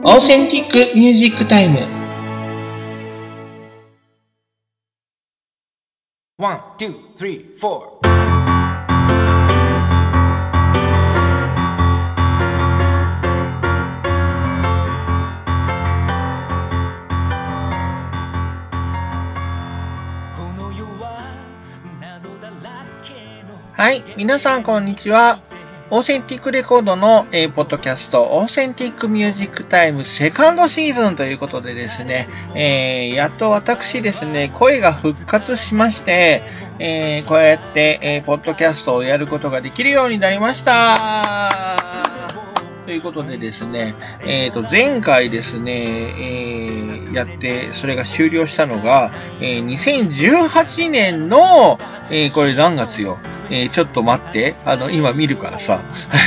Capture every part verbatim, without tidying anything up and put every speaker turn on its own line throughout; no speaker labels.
オーセンティックミュージックタイム。
ワン、ツー、スリー、フォー。
はい、皆さんこんにちは。オーセンティックレコードの、えー、ポッドキャストオーセンティックミュージックタイムセカンドシーズンということでですね、えー、やっと私ですね、声が復活しまして、えー、こうやって、えー、ポッドキャストをやることができるようになりました。ということでですね、えーと、前回ですね、えー、やって、それが終了したのが、えー、にせんじゅうはちねんの、えー、これ何月よ。えー、ちょっと待って、あの、今見るからさ。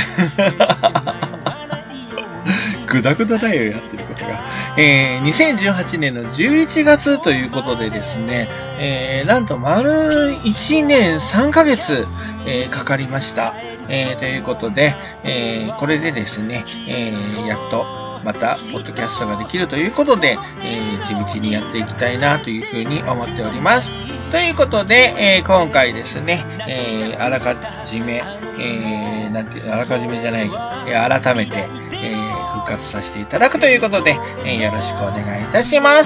ぐだぐだだよ、やってることが。えー、にせんじゅうはちねんのじゅういちがつということでですね、えー、なんと丸いちねんさんかげつ、えー、かかりました。えー、ということで、えー、これでですね、えー、やっとまたポッドキャストができるということで、えー、地道にやっていきたいなというふうに思っております。ということで、えー、今回ですね、えー、あらかじめ、えー、なんていう、あらかじめじゃないよ、えー、改めて、えー、復活させていただくということで、えー、よろしくお願いいたします。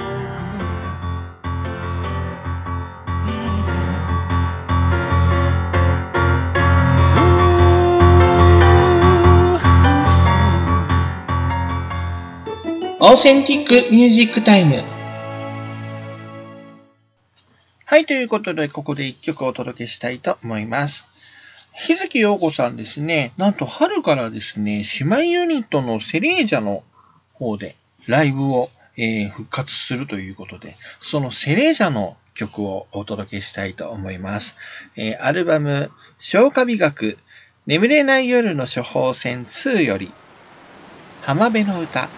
オーセンティックミュージックタイム。はい、ということで、ここで一曲お届けしたいと思います。日月陽子さんですね、なんと春からですね、姉妹ユニットのセレージャの方でライブを、えー、復活するということで、そのセレージャの曲をお届けしたいと思います。えー、アルバム、消化美学、眠れない夜の処方箋により、浜辺の歌。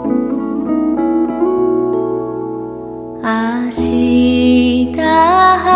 明日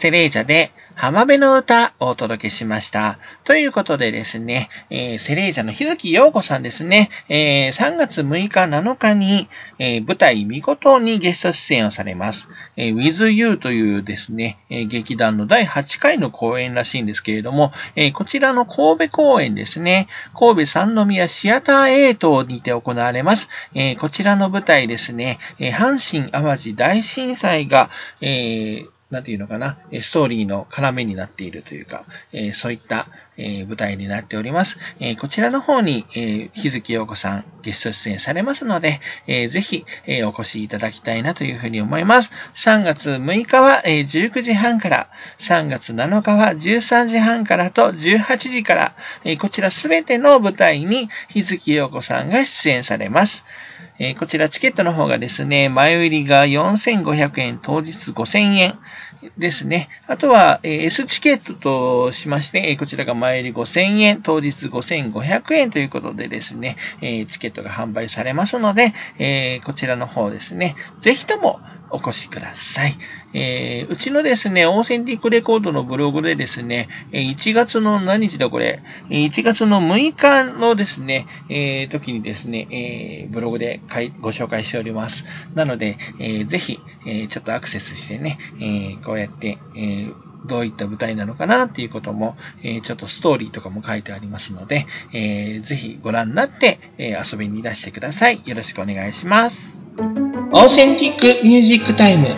セレージャで浜辺の歌をお届けしました。ということでですね、えー、セレージャの日月陽子さんですね、えー、さんがつむいかなのかに、えー、舞台みことにゲスト出演をされます。えー、With You というですね、えー、劇団のだいはちかいの公演らしいんですけれども、えー、こちらの神戸公演ですね、神戸三宮シアターエイトにて行われます。えー、こちらの舞台ですね、えー、阪神淡路大震災が、えーなんていうのかな、ストーリーの要になっているというか、えー、そういった、えー、舞台になっております。えー、こちらの方に、えー、日月陽子さんゲスト出演されますので、えー、ぜひ、えー、お越しいただきたいなというふうに思います。さんがつむいかは、えー、じゅうくじはんから、さんがつなのかはじゅうさんじはんからとじゅうはちじから、えー、こちらすべての舞台に日月陽子さんが出演されます。えー、こちらチケットの方がですね、前売りがよんせんごひゃくえん、当日ごせんえんですね。あとは、えー、S チケットとしまして、えー、こちらが前売りごせんえん、当日ごせんごひゃくえんということでですね、えー、チケットが販売されますので、えー、こちらの方ですね、ぜひともお越しください。えー、うちのですね、オーセンティックレコードのブログでですね、いちがつの何日だこれ、いちがつのむいかのですね、えー、時にですね、えー、ブログでご紹介しております。なので、えー、ぜひ、えー、ちょっとアクセスしてね、えー、こうやって、えー、どういった舞台なのかなっていうことも、えー、ちょっとストーリーとかも書いてありますので、えー、ぜひご覧になって、えー、遊びにいらしてください。よろしくお願いします。オーセンティックミュージックタイム。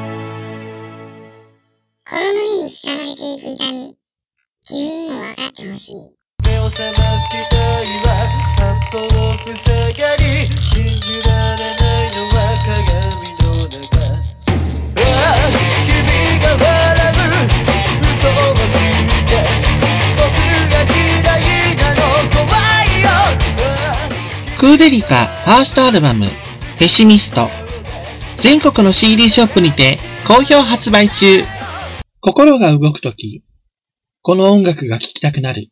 公務員に聞かない定期痛み、君にも分かってほしい。
目を覚ます期待は八方塞がり、信じられないのは鏡の中。ああ、君が笑う嘘をついて、僕が嫌いなの怖いよ。ああ、
クーデリカファーストアルバムペシミスト、全国の シーディー ショップにて好評発売中。心が動くとき、この音楽が聴きたくなる。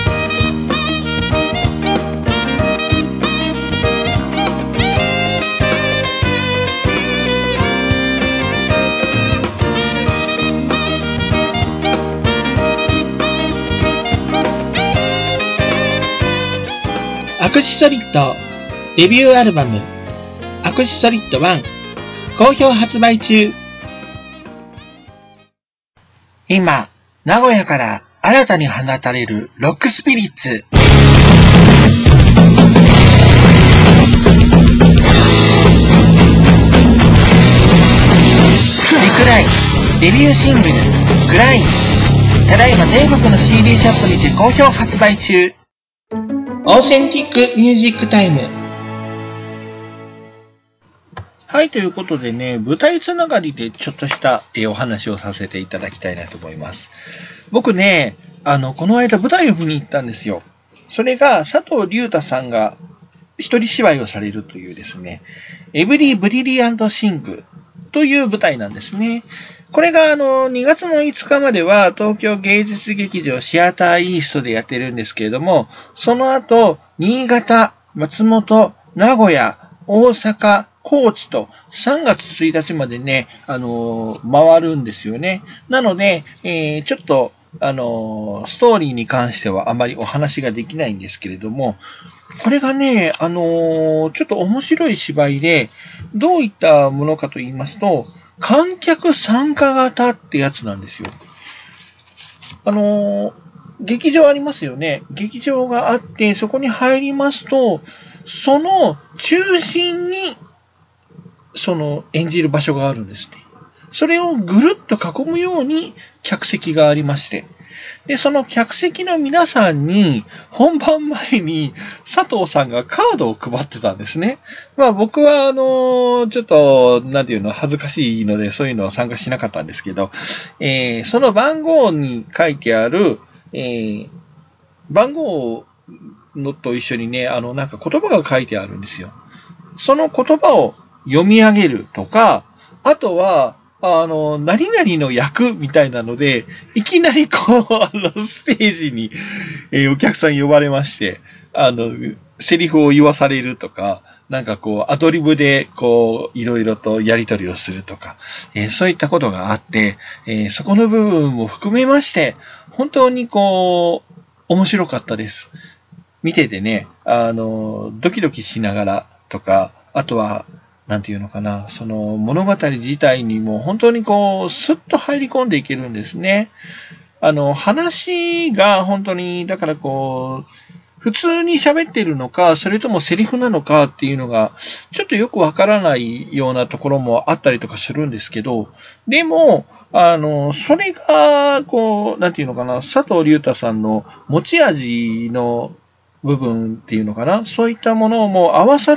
アクシソリッドデビューアルバムアクシソリッドワン好評発売中。今、名古屋から新たに放たれるロックスピリッツ。リクライデビューシングルグライン、ただいま全国の シーディー ショップにて好評発売中。オーセンティックミュージックタイム。はい、ということでね、舞台つながりでちょっとしたお話をさせていただきたいなと思います。僕ね、あの、この間舞台を見に行ったんですよ。それが佐藤隆太さんが一人芝居をされるというですね、エブリー・ブリリアント・シングという舞台なんですね。これがあの、にがつのいつかまでは東京芸術劇場シアターイーストでやってるんですけれども、その後、新潟、松本、名古屋、大阪、高知とさんがつついたちまでね、あのー、回るんですよね。なので、えー、ちょっと、あのー、ストーリーに関してはあまりお話ができないんですけれども、これがね、あのー、ちょっと面白い芝居で、どういったものかと言いますと、観客参加型ってやつなんですよ。あのー、劇場ありますよね。劇場があって、そこに入りますと、その中心に、その演じる場所があるんですね。それをぐるっと囲むように客席がありまして、で、その客席の皆さんに本番前に佐藤さんがカードを配ってたんですね。まあ僕はあの、ちょっと、なんていうの、恥ずかしいのでそういうのは参加しなかったんですけど、えー、その番号に書いてある、えー、番号のと一緒にね、あの、なんか言葉が書いてあるんですよ。その言葉を読み上げるとか、あとは、あの、何々の役みたいなので、いきなりこう、あの、ステージに、えー、お客さん呼ばれまして、あの、セリフを言わされるとか、 なんかこう、アドリブで、こう、いろいろとやり取りをするとか、えー、そういったことがあって、えー、そこの部分も含めまして、本当にこう、面白かったです。見ててね、あの、ドキドキしながらとか、あとは、なんていうのかな、その物語自体にも本当にこう、スッと入り込んでいけるんですね。あの、話が本当に、だからこう、普通に喋ってるのか、それともセリフなのかっていうのが、ちょっとよくわからないようなところもあったりとかするんですけど、でも、あの、それが、こう、なんていうのかな、佐藤隆太さんの持ち味の部分っていうのかな、そういったものも合わさって、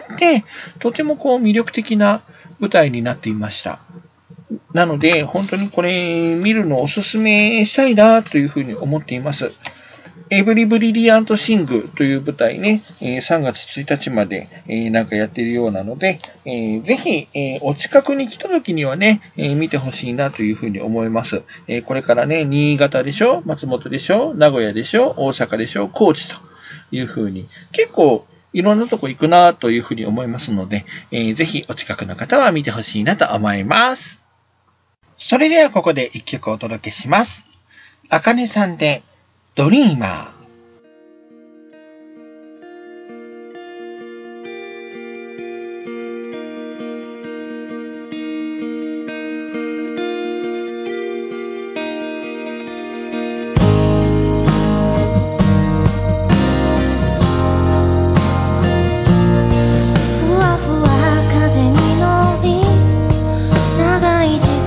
とてもこう魅力的な舞台になっていました。なので、本当にこれ見るのをおすすめしたいなというふうに思っています。エブリブリリアントシングという舞台ね、さんがつついたちまでなんかやっているようなので、ぜひお近くに来た時にはね、見てほしいなというふうに思います。これからね、新潟でしょ、松本でしょ、名古屋でしょ、大阪でしょ、高知というふうに、結構いろんなとこ行くなというふうに思いますので、ぜひお近くの方は見てほしいなと思います。それではここで一曲お届けします。あかねさんでドリーマー。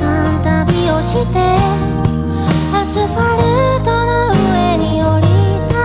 アスファルトの上に降りた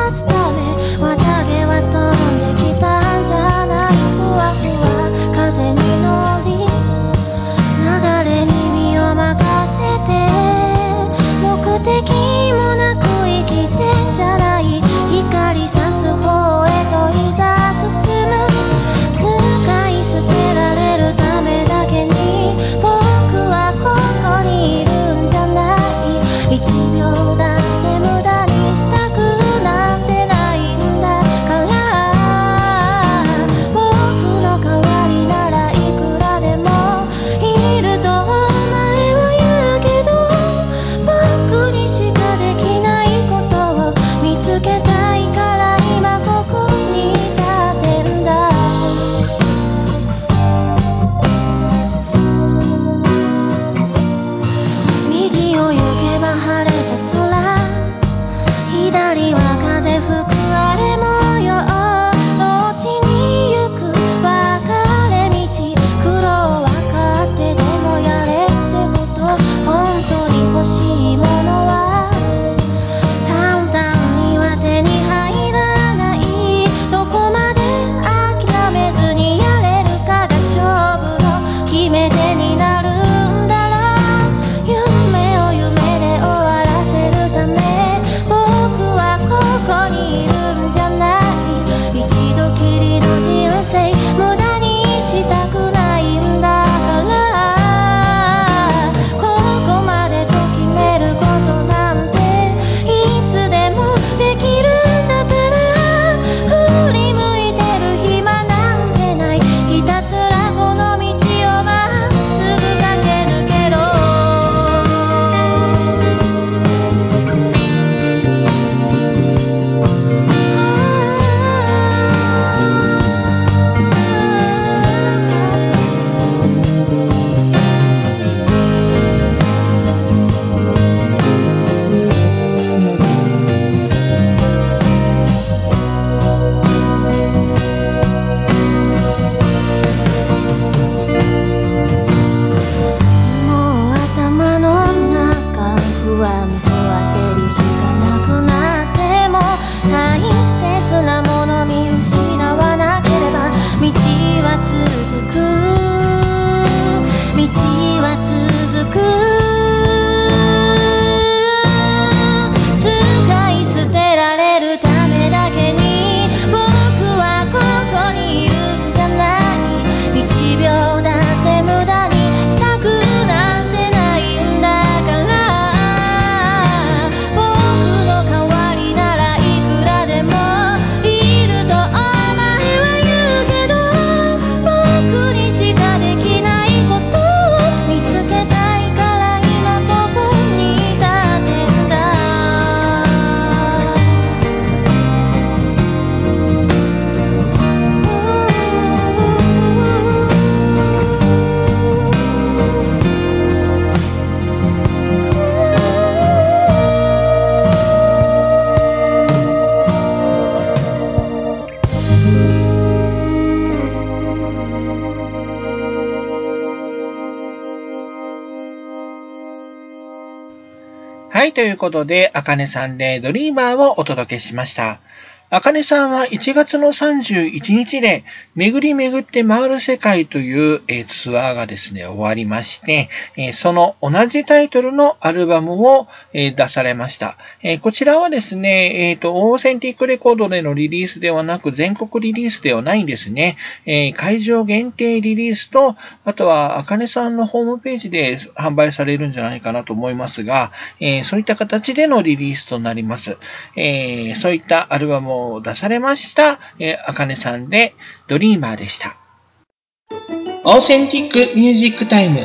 い、ということで、あかねさんでドリーマーをお届けしました。あかねさんはいちがつのさんじゅういちにちで、巡り巡って回る世界という、えー、ツアーがですね、終わりまして、えー、その同じタイトルのアルバムを、えー、出されました。えー、こちらはですね、えっと、オーセンティックレコードでのリリースではなく、全国リリースではないんですね。えー、会場限定リリースと、あとは、あかねさんのホームページで販売されるんじゃないかなと思いますが、えー、そういった形でのリリースとなります。えー、そういったアルバムを出されました、えー、あかねさんでドリーマーでした。オーセンティックミュージックタイム。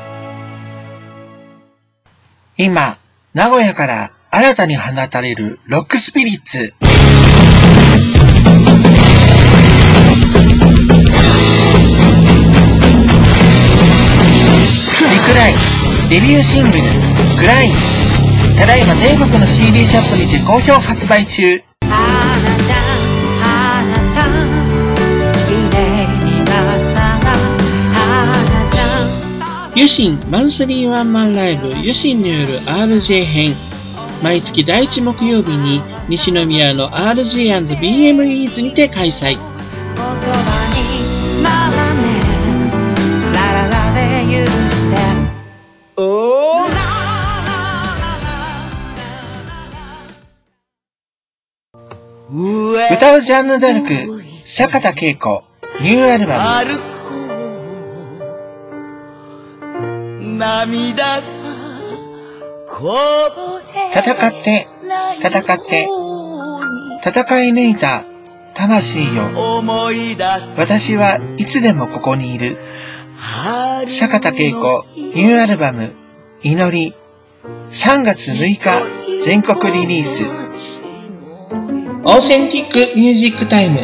今、名古屋から新たに放たれるロックスピリッツ。リクライン、デビューシングル、グライン。ただいま全国の シーディー ショップにて好評発売中。ユシンマンスリーワンマンライブユシンによる アールジェー 編。毎月だいいち木曜日に西宮の アールジェーアンドビーエムイー ズにて開催。歌うジャンヌ・ダルク、坂田佳子、ニューアルバム。
涙がこぼれ
戦って、戦って、戦い抜いた魂よ。私はいつでもここにいる。坂田佳子、ニューアルバム、祈り。さんがつむいか、全国リリース。オーセンティックミュージックタイム。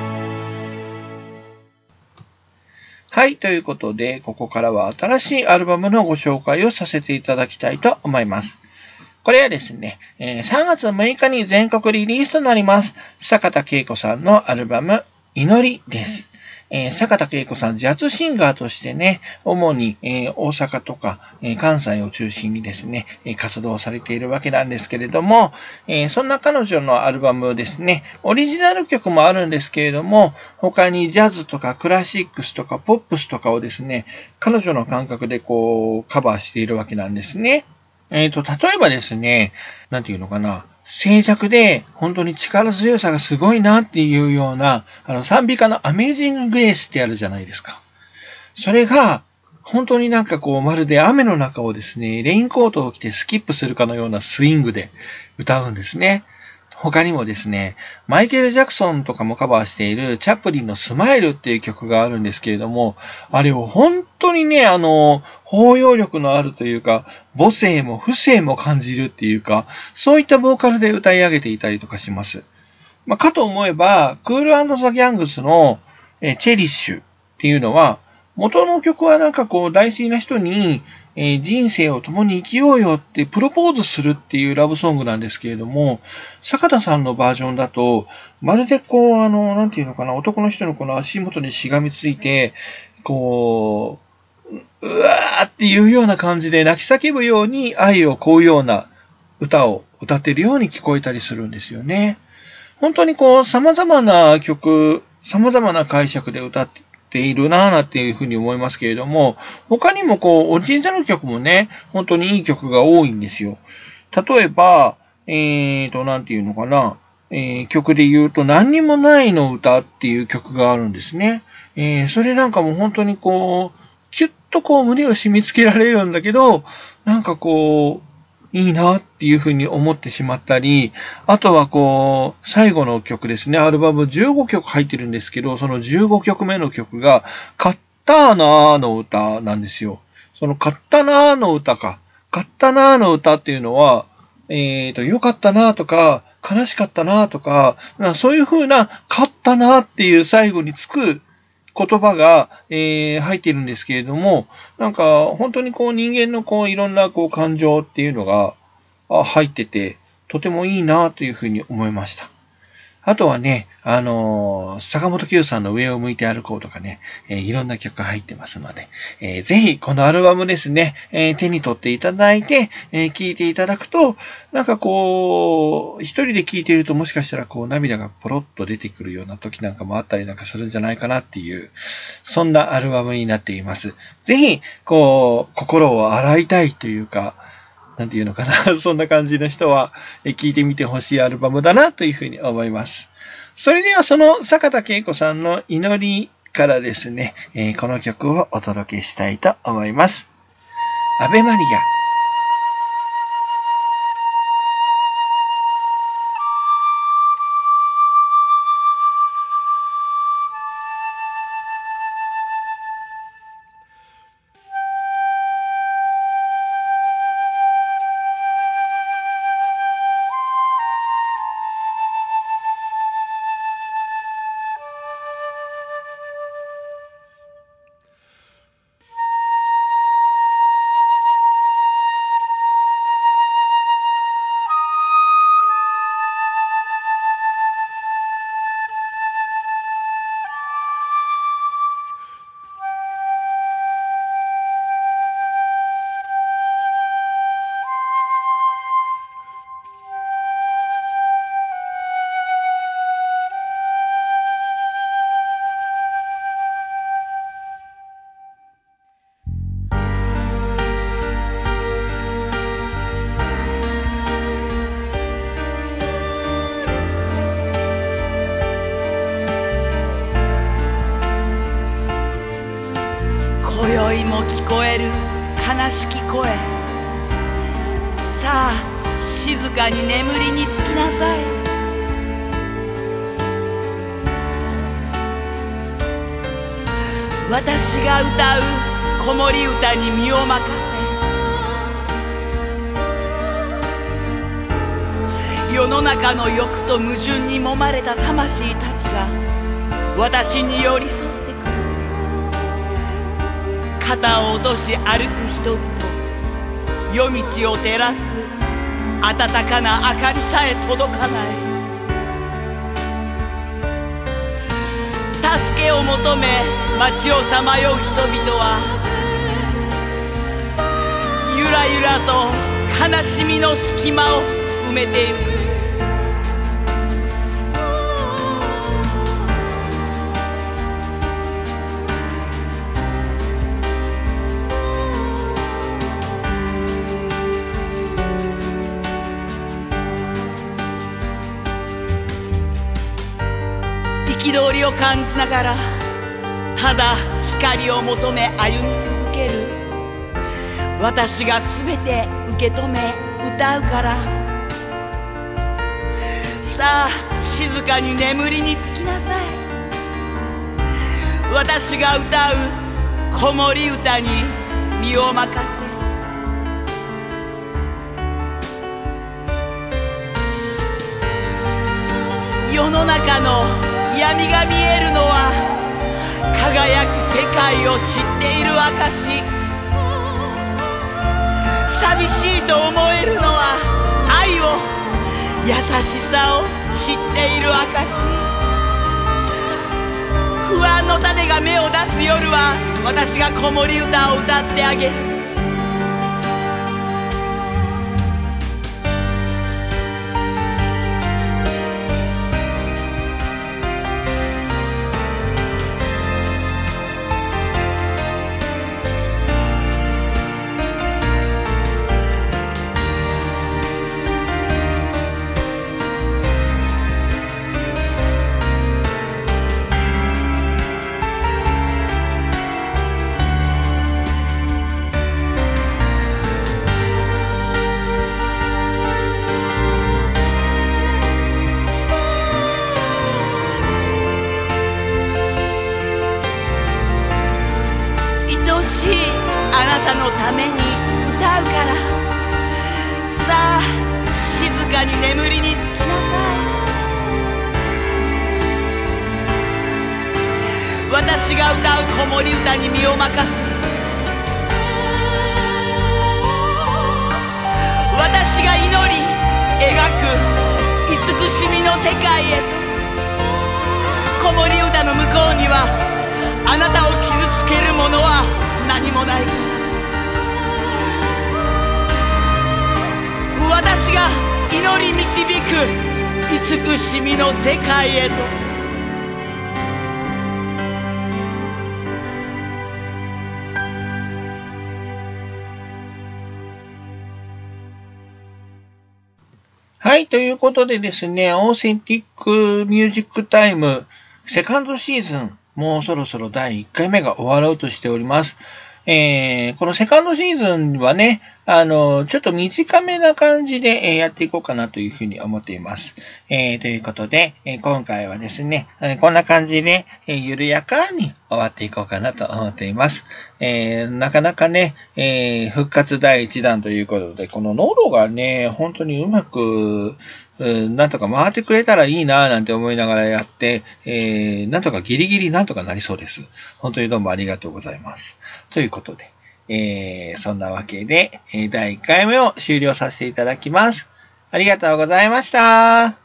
はい、ということで、ここからは新しいアルバムのご紹介をさせていただきたいと思います。これはですね、さんがつむいかに全国リリースとなります。坂田佳子さんのアルバム、祈りです。えー、坂田佳子さん、ジャズシンガーとしてね、主に、えー、大阪とか、えー、関西を中心にですね、活動されているわけなんですけれども、えー、そんな彼女のアルバムですね、オリジナル曲もあるんですけれども、他にジャズとかクラシックスとかポップスとかをですね、彼女の感覚でこう、カバーしているわけなんですね。えっと、例えばですね、なんていうのかな、静寂で本当に力強さがすごいなっていうような、あの賛美歌のアメージンググレースってあるじゃないですか。それが、本当になんかこう、まるで雨の中をですね、レインコートを着てスキップするかのようなスイングで歌うんですね。他にもですね、マイケル・ジャクソンとかもカバーしているチャップリンのスマイルっていう曲があるんですけれども、あれを本当にね、あの、包容力のあるというか、母性も不性も感じるっていうか、そういったボーカルで歌い上げていたりとかします。まあ、かと思えば、クール&ザ・ギャングスのえチェリッシュっていうのは、元の曲はなんかこう大好きな人に、えー、人生を共に生きようよってプロポーズするっていうラブソングなんですけれども、坂田さんのバージョンだと、まるでこう、あの、なんていうのかな、男の人のこの足元にしがみついて、こう、うわーっていうような感じで泣き叫ぶように愛をこうような歌を歌っているように聞こえたりするんですよね。本当にこう、様々な曲、様々な解釈で歌ってているなぁなんていうふうに思いますけれども、他にもこう、オリジナル曲もね、本当にいい曲が多いんですよ。例えば、えーと、なんていうのかな、えー、曲で言うと、何にもないの歌っていう曲があるんですね。えー、それなんかも本当にこう、キュッとこう胸を締め付けられるんだけど、なんかこう、いいなっていうふうに思ってしまったり、あとはこう、最後の曲ですね、アルバムじゅうごきょく入ってるんですけど、そのじゅうごきょくめの曲が、買ったーなーの歌なんですよ。その買ったなーの歌か。買ったなーの歌っていうのは、えーと、良かったなーとか、悲しかったなーとか、そういう風な、買ったなーっていう最後につく、言葉が、えー、入っているんですけれども、なんか本当にこう人間のこういろんなこう感情っていうのが入ってて、とてもいいなというふうに思いました。 あとはね、あのー、坂本九さんの上を向いて歩こうとかね、えー、いろんな曲が入ってますので、えー、ぜひこのアルバムですね、えー、手に取っていただいて、えー、聴いていただくと、なんかこう、一人で聴いているともしかしたらこう涙がポロッと出てくるような時なんかもあったりなんかするんじゃないかなっていう、そんなアルバムになっています。ぜひ、こう、心を洗いたいというか、なんていうのかな。そんな感じの人は聴いてみてほしいアルバムだなというふうに思います。それではその坂田恵子さんの祈りからですね、えー、この曲をお届けしたいと思います。アベマリア。
悲しき声、さあ静かに眠りにつきなさい。私が歌う子守歌に身を任せ、世の中の欲と矛盾に揉まれた魂たちが私に寄り添ってくる。肩を落とし歩く人々、夜道を照らす暖かな明かりさえ届かない。助けを求め街をさまよう人々はゆらゆらと悲しみの隙間を埋めてゆく。憤りを感じながらただ光を求め歩み続ける。私がすべて受け止め歌うから、さあ静かに眠りにつきなさい。私が歌う子守歌に身を任せ。世の中の闇が見えるのは輝く世界を知っている証。寂しいと思えるのは愛を、優しさを知っている証。不安の種が芽を出す夜は私が子守歌を歌ってあげる。私が歌う子守歌に身を任せ、私が祈り描く慈しみの世界へと。 子守歌の向こうにはあなたを傷つけるものは何もないから、私が祈り導く慈しみの世界へと。
はい、ということでですね、オーセンティックミュージックタイムセカンドシーズン、もうそろそろだいいっかいめが終わろうとしております。えー、このセカンドシーズンはね、あの、ちょっと短めな感じで、えー、やっていこうかなというふうに思っています。えー、ということで、えー、今回はですね、えー、こんな感じで、えー、緩やかに終わっていこうかなと思っています。えー、なかなかね、えー、復活だいいちだんということで、この喉がね、本当にうまく、うん、なんとか回ってくれたらいいなぁなんて思いながらやって、えー、なんとかギリギリなんとかなりそうです。本当にどうもありがとうございます。ということで、えー、そんなわけで、だいいっかいめを終了させていただきます。ありがとうございました。